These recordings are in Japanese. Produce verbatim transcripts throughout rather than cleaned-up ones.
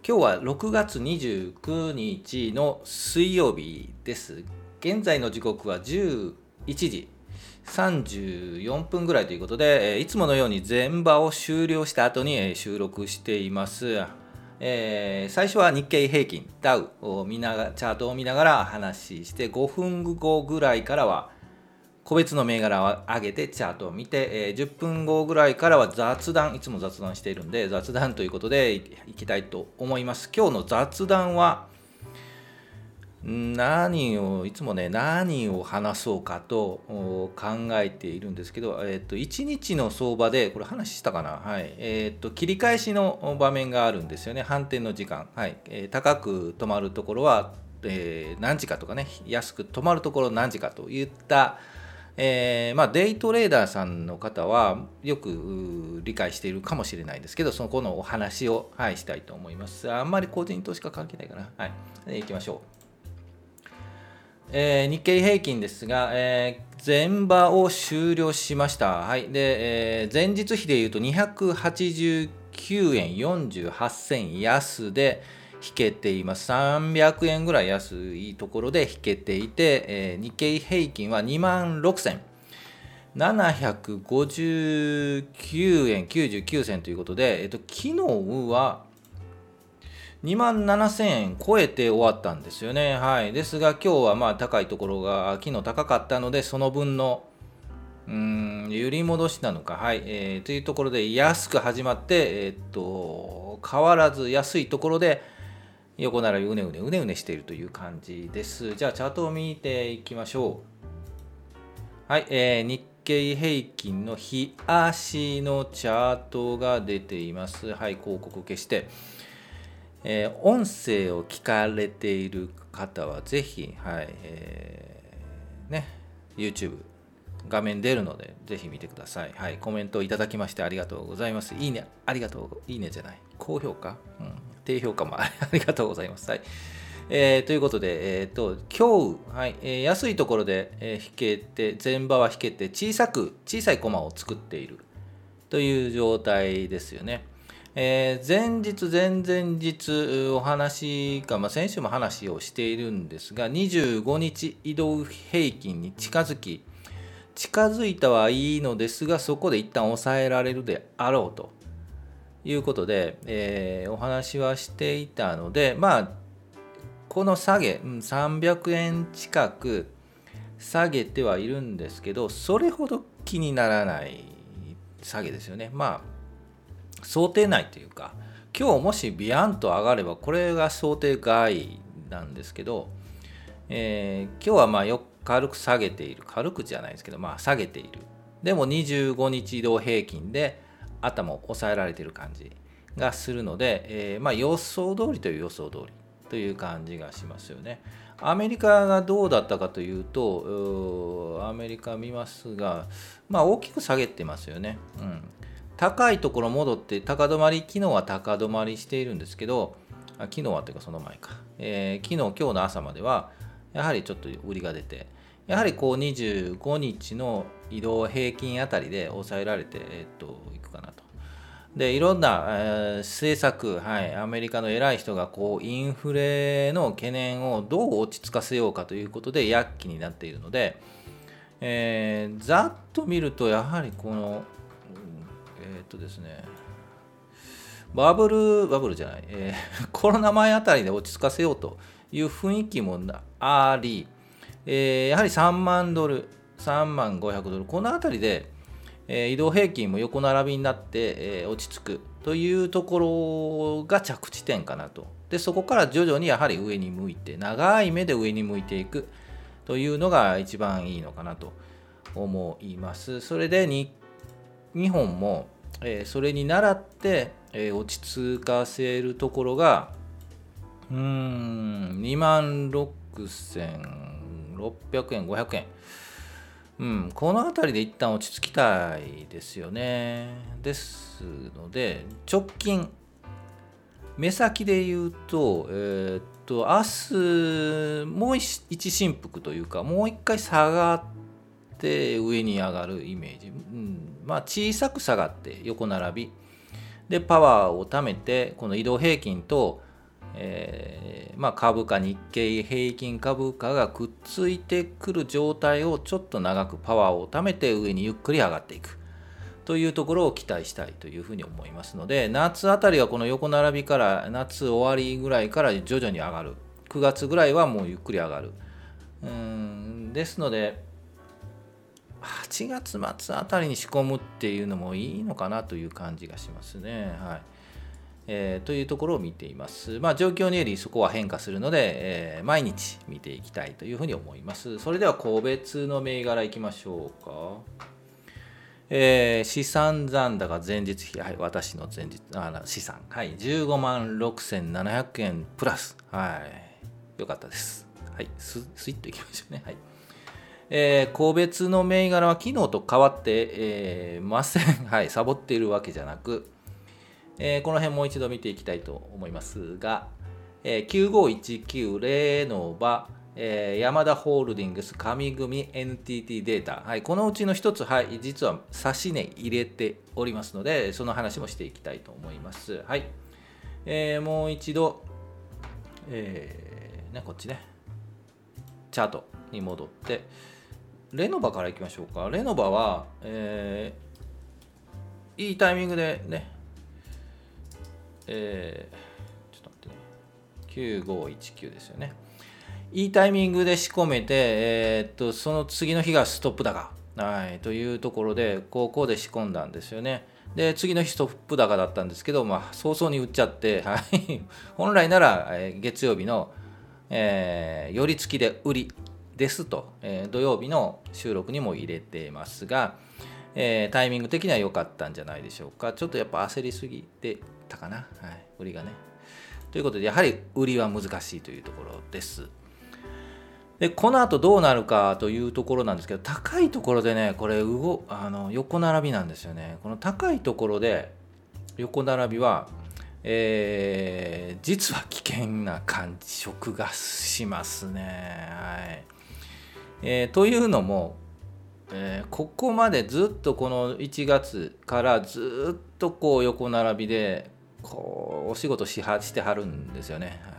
今日はろくがつにじゅうくにちの水曜日です。現在の時刻はじゅういちじさんじゅうよんぷんぐらいということで、いつものように前場を終了した後に収録しています。えー、最初は日経平均ダウを見ながらチャートを見ながら話して、ごふんごぐらいからは個別の銘柄を上げてチャートを見て、えー、じゅっぷんごぐらいからは雑談、いつも雑談しているんで雑談ということでいきたいと思います。今日の雑談は何をいつもね何を話そうかと考えているんですけど、えー、といちにちの相場でこれ話したかな、はいえー、と切り返しの場面があるんですよね。反転の時間、はいえー、高く止まるところは、えー、何時かとかね、安く止まるところ何時かといったえーまあ、デイトレーダーさんの方はよく理解しているかもしれないですけど、そこのお話を、はい、したいと思います。あんまり個人投資家関係ないかな。はい、行きましょう。えー、日経平均ですが、えー、前場を終了しました。はい、で、えー、前日比でいうとにひゃくはちじゅうきゅうえんよんじゅうはち銭安で引けています。さんびゃくえんぐらい安いところで引けていて、えー、日経平均はにまんろくせんななひゃくごじゅうきゅうえんきゅうじゅうきゅう銭ということで、えっと、昨日はにまんななせんえん超えて終わったんですよね。はい。ですが、今日はまあ高いところが昨日高かったので、その分のうーん揺り戻しなのか、はいえー、というところで安く始まって、えー、っと変わらず安いところで横並びうねうねうねうねしているという感じです。じゃあチャートを見ていきましょう。はい、えー、日経平均の日足のチャートが出ています。はい、広告消して、えー、音声を聞かれている方はぜひ、はいえー、ね、YouTube 画面出るのでぜひ見てください。はい、コメントいただきましてありがとうございます。いいね、ありがとう、いいねじゃない、高評価、うん、低評価もありがとうございます。はいえー、ということで、えー、と今日、はいえー、安いところで、えー、引けて、前場は引けて小さく小さいコマを作っているという状態ですよね。えー、前日前々日お話か、まあ、先週も話をしているんですが、にじゅうごにち移動平均に近づき近づいたはいいのですが、そこで一旦抑えられるであろうということで、えー、お話はしていたので、まあこの下げ、うん、さんびゃくえん近く下げてはいるんですけど、それほど気にならない下げですよね。まあ想定内というか、今日もしビヤンと上がればこれが想定外なんですけど、えー、今日はまあよ軽く下げている、軽くじゃないですけど、まあ下げている。でもにじゅうごにち移動平均で頭を抑えられている感じがするので、えー、まあ予想通りという予想通りという感じがしますよね。アメリカがどうだったかというと、アメリカ見ますが、まあ大きく下げてますよね。うん、高いところ戻って高止まり、昨日は高止まりしているんですけど、あ昨日はというかその前か、えー、昨日今日の朝まではやはりちょっと売りが出て、やはりこうにじゅうごにちの移動平均あたりで抑えられて、えっといくかなと。でいろんな、えー、政策、はい、アメリカの偉い人がこうインフレの懸念をどう落ち着かせようかということで躍起になっているので、えー、ざっと見るとやはりこの、えー、っとですねバブルバブルじゃない、えー、コロナ前あたりで落ち着かせようという雰囲気もあり、えー、やはりさんまんドル、さんまんごひゃくドル、このあたりで、えー、移動平均も横並びになって、えー、落ち着くというところが着地点かなと。で、そこから徐々にやはり上に向いて、長い目で上に向いていくというのが一番いいのかなと思います。それでに日本も、えー、それに倣って、えー、落ち着かせるところが、うーん、にまんろくせんろっぴゃくえん、ごひゃくえん。うん、この辺りで一旦落ち着きたいですよね。ですので、直近、目先で言うと、えー、っと、明日、もう一振幅というか、もう一回下がって上に上がるイメージ。うん、まあ、小さく下がって横並び。で、パワーを貯めて、この移動平均と、 えーまあ、株価、日経平均株価がくっついてくる状態をちょっと長くパワーを貯めて上にゆっくり上がっていくというところを期待したいというふうに思いますので、夏あたりはこの横並びから夏終わりぐらいから徐々に上がる、くがつぐらいはもうゆっくり上がる、うーんですのではちがつ末あたりに仕込むっていうのもいいのかなという感じがしますね。はい、えー、というところを見ています。まあ、状況によりそこは変化するので、えー、毎日見ていきたいというふうに思います。それでは個別の銘柄いきましょうか。えー、資産残高前日比、はい、私の前日あ資産、はい、じゅうごまんろくせんななひゃくえんプラス、はい、よかったです。はい、ス, スイッといきましょうね。はい、えー、個別の銘柄は昨日と変わって、えー、ません。はい、サボっているわけじゃなく、えー、この辺もう一度見ていきたいと思いますが、えー、きゅうごいちきゅうレノバ、えー、ヤマダホールディングス、上組 エヌティーティー データ、はい、このうちの一つ、はい、実は差し値入れておりますので、その話もしていきたいと思います。はい、えー、もう一度、えーね、こっちね、チャートに戻って、レノバからいきましょうか。レノバは、えー、いいタイミングでね、えー、ちょっと待ってね、きゅうごいちきゅうですよね。いいタイミングで仕込めて、えー、っとその次の日がストップ高、はい、というところで、ここで仕込んだんですよね。で、次の日ストップ高だったんですけど、まあ、早々に売っちゃって、はい、本来なら、えー、月曜日の、えー、寄り付きで売りですと、えー、土曜日の収録にも入れていますが、えー、タイミング的には良かったんじゃないでしょうか。ちょっとやっぱ焦りすぎてたかな、はい、売りがね。ということで、やはり売りは難しいというところです。で、この後どうなるかというところなんですけど、高いところでね、これ動あの横並びなんですよね。この高いところで横並びは、えー、実は危険な感触がしますね。はいえー、というのも、えー、ここまでずっとこのいちがつからずっとこう横並びでこうお仕事しはしてはるんですよね。はい、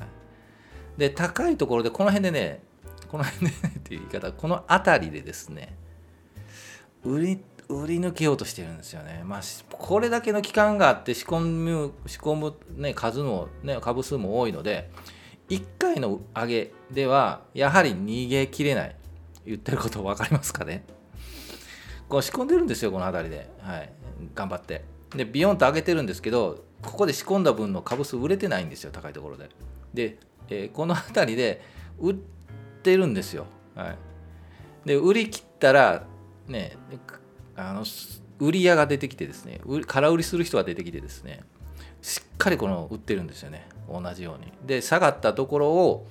で、高いところでこの辺でね、この辺でねっていう言い方、この辺りでですね、売り売り抜けようとしてるんですよね。まあ、これだけの期間があって仕込む、仕込む、ね、数の、ね、株数も多いので、いっかいの上げではやはり逃げきれない。言ってること分かりますかね。こう仕込んでるんですよ、この辺りで。はい、頑張って。で、ビヨンと上げてるんですけど、ここで仕込んだ分の株数売れてないんですよ、高いところで。で、えー、この辺りで売ってるんですよ。はい、で、売り切ったら、ね、あの売り屋が出てきてですね、空売りする人が出てきてですね、しっかりこの売ってるんですよね、同じように。で、下がったところを、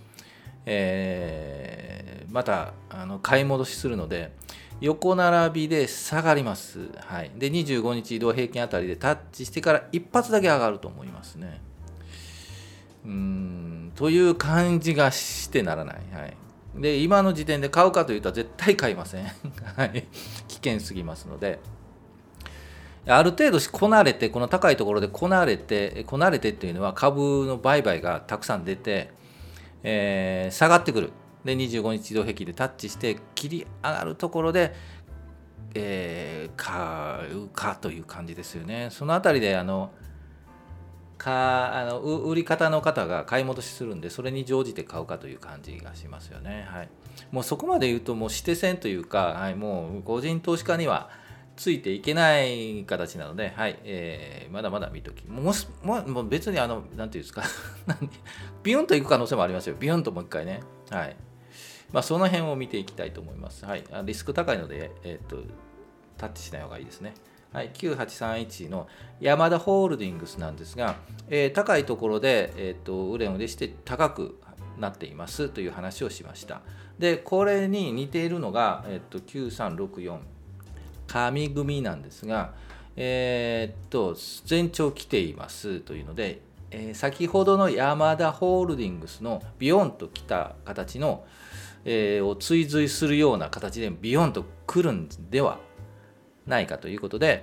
えー、またあの買い戻しするので、横並びで下がります。はい、で、にじゅうごにち移動平均あたりでタッチしてから一発だけ上がると思いますね。うーんという感じがしてならない。はい、で、今の時点で買うかというと絶対買いません。はい、危険すぎますので、ある程度こなれて、この高いところでこなれて、こなれてっていうのは株の売買がたくさん出て、えー、下がってくる。で、にじゅうごにち移動平均でタッチして切り上がるところで、えー、買うかという感じですよね。そのあたりであのかあの売り方の方が買い戻しするんで、それに乗じて買うかという感じがしますよね。はい、もうそこまで言うと、もう指定線というか、はい、もう個人投資家にはついていけない形なので、はいえー、まだまだ見とき、もうもう別にあの、なんていうんですか、ビヨンといく可能性もありますよ。ビヨンともう一回ね。はいまあ、その辺を見ていきたいと思います。はい、リスク高いので、えー、とタッチしない方がいいですね。はい、きゅうはちさんいちのヤマダホールディングスなんですが、えー、高いところで、えー、と売れ売れして高くなっていますという話をしました。で、これに似ているのが、えー、ときゅうさんろくよん上組なんですが、えー、と前兆来ていますというので、えー、先ほどのヤマダホールディングスのビヨンと来た形の、えー、を追随するような形でビヨンと来るんではないかということで、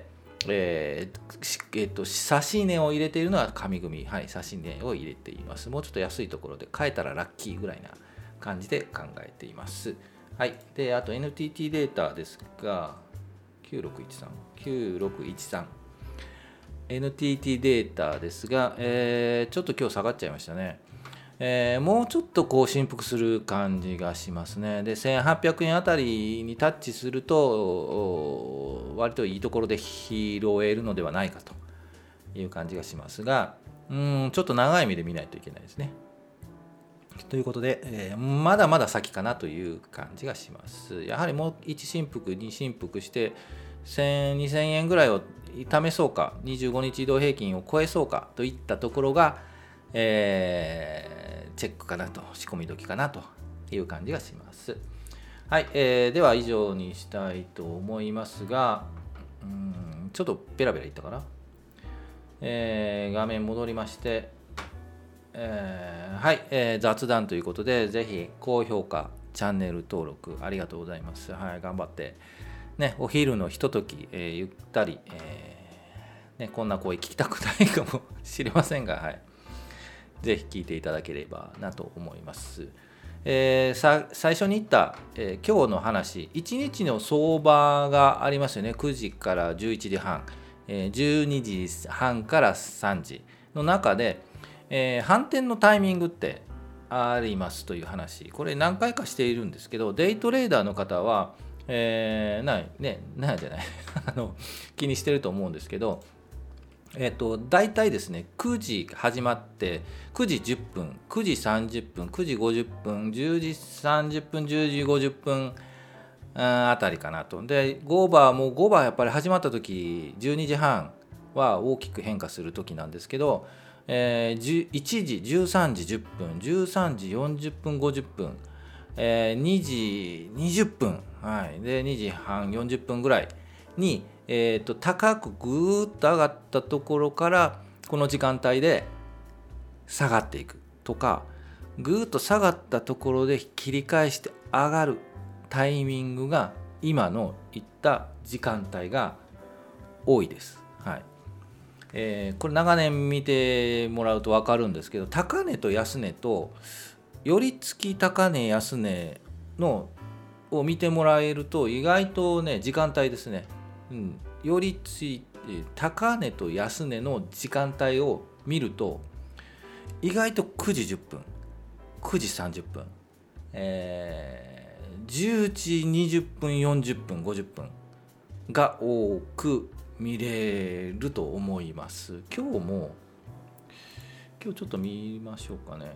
えーしえー、と指値を入れているのは紙組、はい、指値を入れています。もうちょっと安いところで買えたらラッキーぐらいな感じで考えています。はい、であと エヌティーティー データですがきゅうろくいちさん、きゅうろくいちさん エヌティーティー データですが、えーちょっと今日下がっちゃいましたね。えーもうちょっとこう振幅する感じがしますね。で、せんはっぴゃくえんあたりにタッチすると、お割といいところで拾えるのではないかという感じがしますが、うーん、ちょっと長い目で見ないといけないですね。ということで、えーまだまだ先かなという感じがします。やはりもういち振幅、に振幅して、せん、にせんえんぐらいを試そうか、にじゅうごにち移動平均を超えそうかといったところが、えーチェックかなと、仕込み時かなという感じがします。はい、えーでは以上にしたいと思いますが、うーんちょっとベラベラいったかな。えー画面戻りまして、えーはい、えー雑談ということで、ぜひ高評価、チャンネル登録ありがとうございます。はい、頑張って、ね、お昼のひととき、えーゆったり、えーね、こんな声聞きたくないかもしれませんが、はい、ぜひ聞いていただければなと思います。えーさ最初に言った、えー今日の話、いちにちの相場がありますよね。くじからじゅういちじはん、えーじゅうにじはんからさんじの中で、えー反転のタイミングってありますという話、これ何回かしているんですけど、デイトレーダーの方は、えーないね、ないじゃないあの気にしてると思うんですけど、えっと、大体ですね、くじ始まって、くじじゅっぷん、くじさんじゅっぷん、くじごじゅっぷん、じゅうじさんじゅっぷん、じゅうじごじゅっぷんああたりかなと。で、ごバーもごバーやっぱり始まった時、じゅうにじはんは大きく変化する時なんですけど、えー、いちじ、じゅうさんじじゅっぷん、じゅうさんじよんじゅっぷん、ごじゅっぷん、えー、にじにじゅっぷん、はい、でにじはんよんじゅっぷんぐらいに、えー、と高くぐーっと上がったところからこの時間帯で下がっていくとか、ぐーっと下がったところで切り返して上がるタイミングが今の言った時間帯が多いです。はい、えーこれ長年見てもらうと分かるんですけど、高値と安値と寄り付き高値安値のを見てもらえると意外とね、時間帯ですね、うん、寄り付いて高値と安値の時間帯を見ると意外とくじじゅっぷん、くじさんじゅっぷん、えーじゅうじにじゅっぷん、よんじゅっぷん、ごじゅっぷんが多く見れると思います。今日も今日ちょっと見ましょうかね。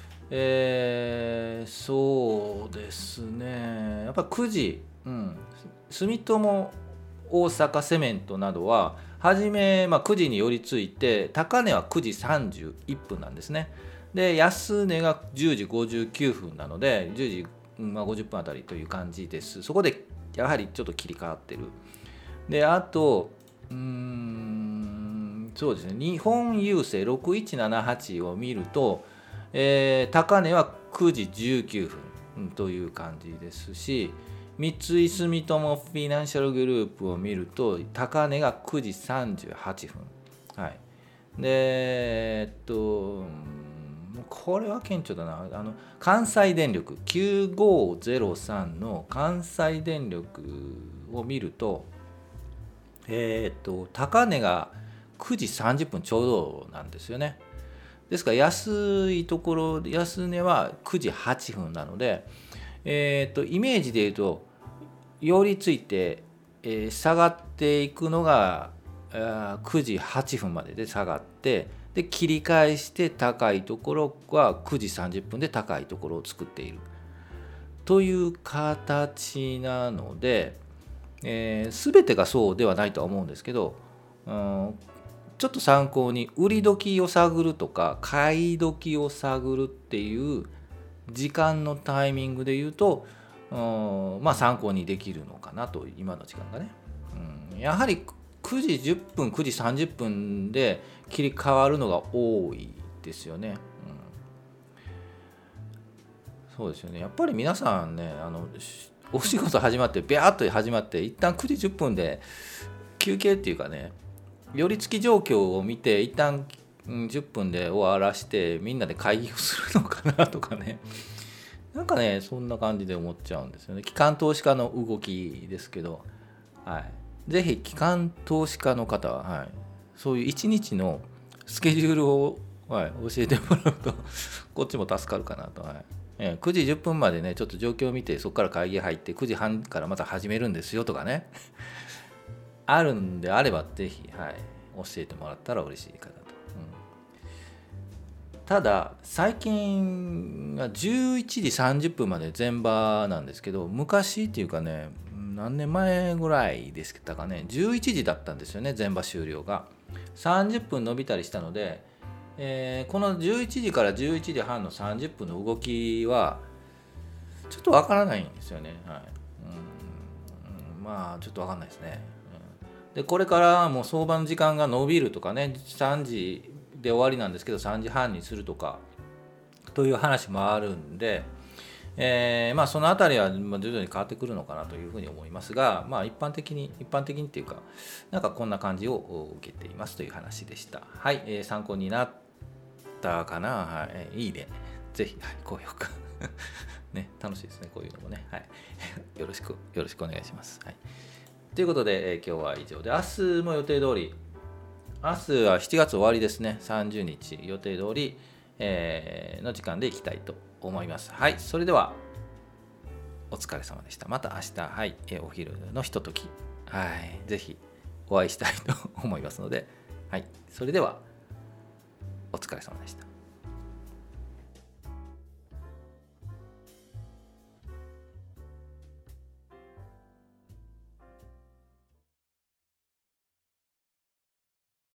えーそうですね、やっぱくじ、うん、住友大阪セメントなどははじめ、まあ、くじに寄り付いて高値はくじさんじゅういっぷんなんですね。で安値がじゅうじごじゅうきゅうふんなのでじゅうじ、まあ、ごじゅっぷんあたりという感じです。そこでやはりちょっと切り替わってる。であとうーんそうですね、日本郵政ろくいちななはちを見ると、えー高値はくじじゅうきゅうふんという感じですし、三井住友フィナンシャルグループを見ると高値がくじさんじゅうはっぷん、はい、でえっとこれは顕著だな、あの関西電力きゅうごゼロさんの関西電力を見ると、えっと高値がくじさんじゅっぷんちょうどなんですよね。ですから安いところ、安値はくじはっぷんなので、えー、とイメージでいうと寄り付いて、えー下がっていくのがあーくじはっぷんまでで下がって、で切り返して高いところはくじさんじゅっぷんで高いところを作っているという形なので、えー、全てがそうではないとは思うんですけど、うん、ちょっと参考に売り時を探るとか買い時を探るっていう時間のタイミングで言うと、うん、まあ参考にできるのかなと、今の時間がね、うん、やはりくじじゅっぷん、くじさんじゅっぷんで切り替わるのが多いですよね、うん、そうですよね。やっぱり皆さんね、あのお仕事始まってビャーっと始まって一旦くじじゅっぷんで休憩っていうかね、寄り付き状況を見て一旦じゅっぷんで終わらしてみんなで会議をするのかなとかね、なんかねそんな感じで思っちゃうんですよね。機関投資家の動きですけど、はい、ぜひ機関投資家の方は、はい、そういういちにちのスケジュールを、はい、教えてもらうとこっちも助かるかなと、はいえー、くじじゅっぷんまでねちょっと状況を見てそこから会議入ってくじはんからまた始めるんですよとかねあるんであればぜひ、はい、教えてもらったら嬉しいかなと、うん、ただ最近がじゅういちじさんじゅっぷんまで全場なんですけど、昔っていうかね何年前ぐらいでしたかね、じゅういちじだったんですよね全場終了が。さんじゅっぷん伸びたりしたので、えー、このじゅういちじからじゅういちじはんのさんじゅっぷんの動きはちょっとわからないんですよね、はい、うん、まあちょっとわかんないですね、うん、でこれからもう相場の時間が伸びるとかね、さんじで終わりなんですけどさんじはんにするとかという話もあるんで、えー、まあそのあたりは徐々に変わってくるのかなというふうに思いますが、まあ一般的に一般的にっていうかなんかこんな感じを受けていますという話でした。はい、えー、参考になったかな、はい、いいね、ぜひ、はい、高評価ね、楽しいですねこういうのもね、はい、よろしくよろしくお願いします。はい、ということで、えー、今日は以上で、明日も予定通り、明日はしちがつ終わりですね、さんじゅうにち予定通り、えー、の時間でいきたいと思います。はい、それではお疲れ様でした。また明日、はい、えー、お昼のひととき、はい、ぜひお会いしたいと思いますので、はい、それではお疲れ様でした。